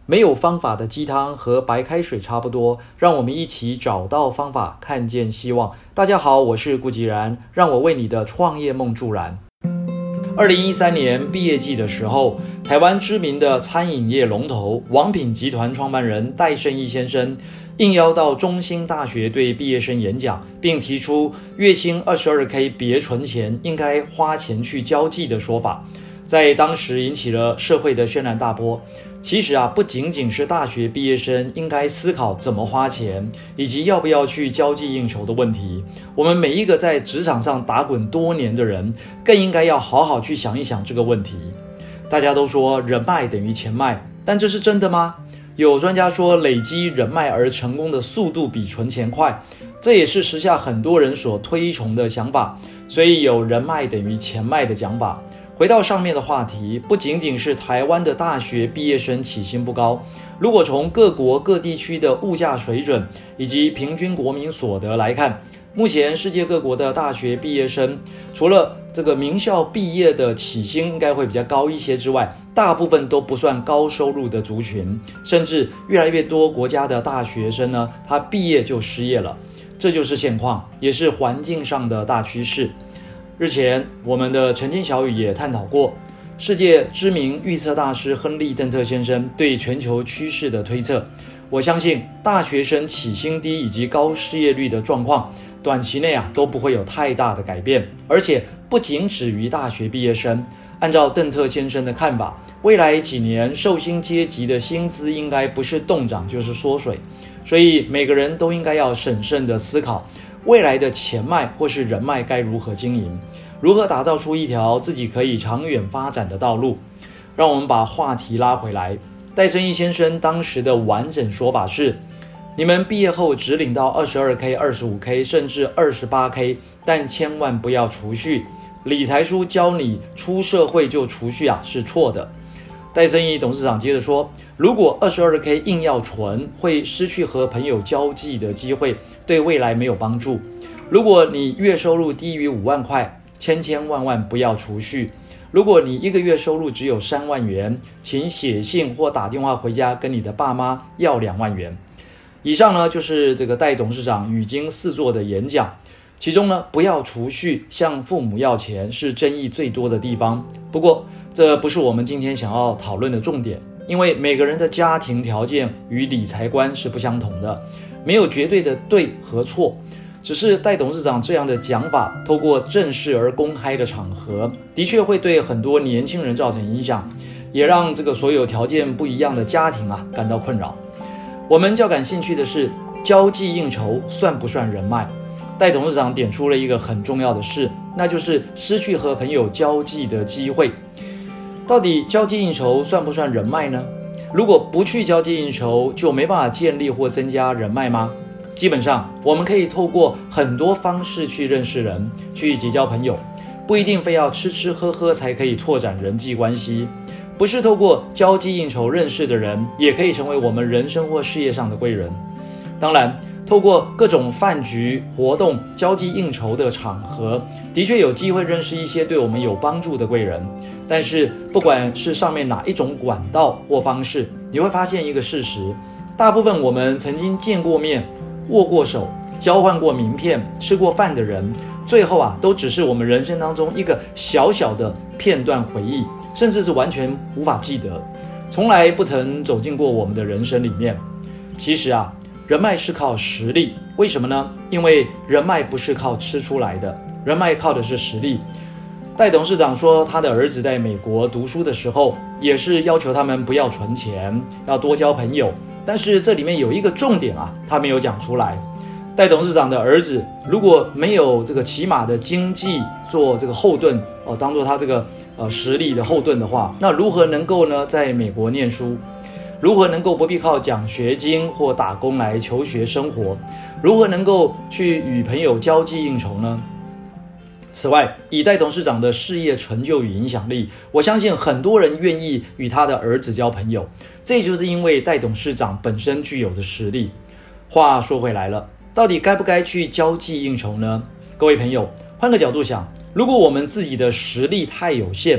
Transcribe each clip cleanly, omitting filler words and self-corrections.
没有方法的鸡汤和白开水差不多，让我们一起找到方法，看见希望。大家好，我是顾吉然，让我为你的创业梦助燃。2013年毕业季的时候，台湾知名的餐饮业龙头王品集团创办人戴胜益先生应邀到中兴大学对毕业生演讲，并提出月薪 22K 别存钱，应该花钱去交际的说法，在当时引起了社会的轩然大波。其实不仅仅是大学毕业生应该思考怎么花钱，以及要不要去交际应酬的问题，我们每一个在职场上打滚多年的人，更应该要好好去想一想这个问题。大家都说人脉等于钱脉，但这是真的吗？有专家说，累积人脉而成功的速度比存钱快，这也是时下很多人所推崇的想法，所以有人脉等于钱脉的讲法。回到上面的话题，不仅仅是台湾的大学毕业生起薪不高，如果从各国各地区的物价水准以及平均国民所得来看，目前世界各国的大学毕业生，除了这个名校毕业的起薪应该会比较高一些之外，大部分都不算高收入的族群，甚至越来越多国家的大学生呢，他毕业就失业了。这就是现况，也是环境上的大趋势。日前，我们的晨间小语也探讨过世界知名预测大师亨利·邓特先生对全球趋势的推测。我相信大学生起薪低以及高失业率的状况，短期内都不会有太大的改变，而且不仅止于大学毕业生。按照邓特先生的看法，未来几年受薪阶级的薪资应该不是动涨就是缩水，所以每个人都应该要审慎的思考未来的钱脉或是人脉该如何经营，如何打造出一条自己可以长远发展的道路。让我们把话题拉回来，戴胜益先生当时的完整说法是，你们毕业后只领到 22K、25K 甚至 28K， 但千万不要储蓄。理财书教你出社会就储蓄是错的。戴胜益董事长接着说，如果 22K 硬要存，会失去和朋友交际的机会，对未来没有帮助。如果你月收入低于5万块，千万不要储蓄。如果你一个月收入只有3万元，请写信或打电话回家跟你的爸妈要2万元。以上呢，就是这个戴董事长语惊四座的演讲。其中呢，不要储蓄，向父母要钱是争议最多的地方。不过这不是我们今天想要讨论的重点，因为每个人的家庭条件与理财观是不相同的，没有绝对的对和错。只是戴董事长这样的讲法，透过正式而公开的场合，的确会对很多年轻人造成影响，也让这个所有条件不一样的家庭感到困扰。我们较感兴趣的是，交际应酬算不算人脉？戴董事长点出了一个很重要的事，那就是失去和朋友交际的机会。到底交际应酬算不算人脉呢？如果不去交际应酬，就没办法建立或增加人脉吗？基本上，我们可以透过很多方式去认识人，去结交朋友，不一定非要吃吃喝喝才可以拓展人际关系。不是透过交际应酬认识的人，也可以成为我们人生或事业上的贵人。当然，透过各种饭局、活动、交际应酬的场合，的确有机会认识一些对我们有帮助的贵人。但是，不管是上面哪一种管道或方式，你会发现一个事实：大部分我们曾经见过面、握过手、交换过名片、吃过饭的人，最后都只是我们人生当中一个小小的片段回忆，甚至是完全无法记得，从来不曾走进过我们的人生里面。其实人脉是靠实力，为什么呢？因为人脉不是靠吃出来的，人脉靠的是实力。戴董事长说，他的儿子在美国读书的时候，也是要求他们不要存钱，要多交朋友。但是这里面有一个重点他没有讲出来。戴董事长的儿子如果没有这个起码的经济做这个后盾当做他这个实力的后盾的话，那如何能够呢在美国念书？如何能够不必靠奖学金或打工来求学生活？如何能够去与朋友交际应酬呢？此外，以戴董事长的事业成就与影响力，我相信很多人愿意与他的儿子交朋友，这就是因为戴董事长本身具有的实力。话说回来了，到底该不该去交际应酬呢？各位朋友，换个角度想，如果我们自己的实力太有限，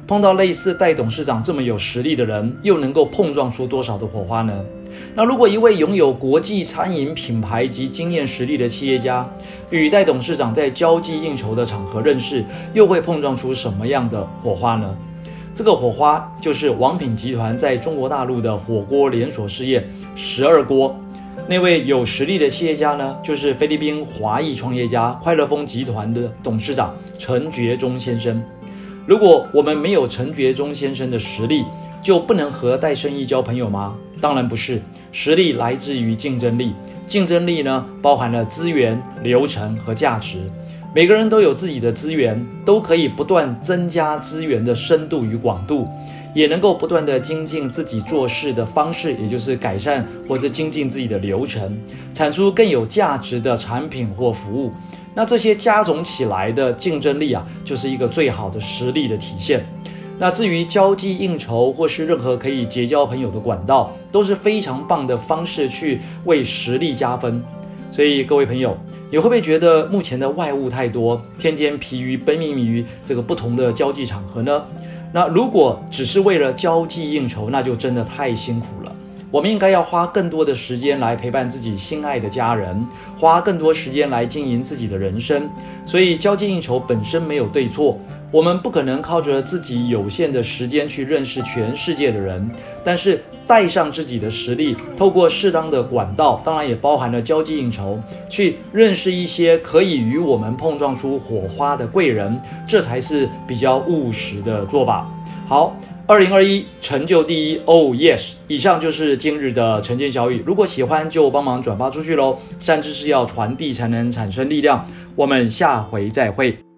碰到类似戴董事长这么有实力的人，又能够碰撞出多少的火花呢？那如果一位拥有国际餐饮品牌及经验实力的企业家，与戴董事长在交际应酬的场合认识，又会碰撞出什么样的火花呢？这个火花就是王品集团在中国大陆的火锅连锁事业12锅。那位有实力的企业家呢，就是菲律宾华裔创业家快乐风集团的董事长陈觉忠先生。如果我们没有陈觉忠先生的实力，就不能和戴胜益交朋友吗？当然不是，实力来自于竞争力。竞争力呢，包含了资源、流程和价值。每个人都有自己的资源，都可以不断增加资源的深度与广度，也能够不断的精进自己做事的方式，也就是改善或者精进自己的流程，产出更有价值的产品或服务。那这些加总起来的竞争力就是一个最好的实力的体现。那至于交际应酬或是任何可以结交朋友的管道，都是非常棒的方式去为实力加分。所以各位朋友，你会不会觉得目前的外物太多，天天疲于奔命于这个不同的交际场合呢？那如果只是为了交际应酬，那就真的太辛苦了。我们应该要花更多的时间来陪伴自己心爱的家人，花更多时间来经营自己的人生。所以交际应酬本身没有对错，我们不可能靠着自己有限的时间去认识全世界的人，但是带上自己的实力，透过适当的管道，当然也包含了交际应酬，去认识一些可以与我们碰撞出火花的贵人，这才是比较务实的做法。好，2021成就第一 ，Oh yes！ 以上就是今日的晨间小语，如果喜欢就帮忙转发出去咯。善知识要传递才能产生力量，我们下回再会。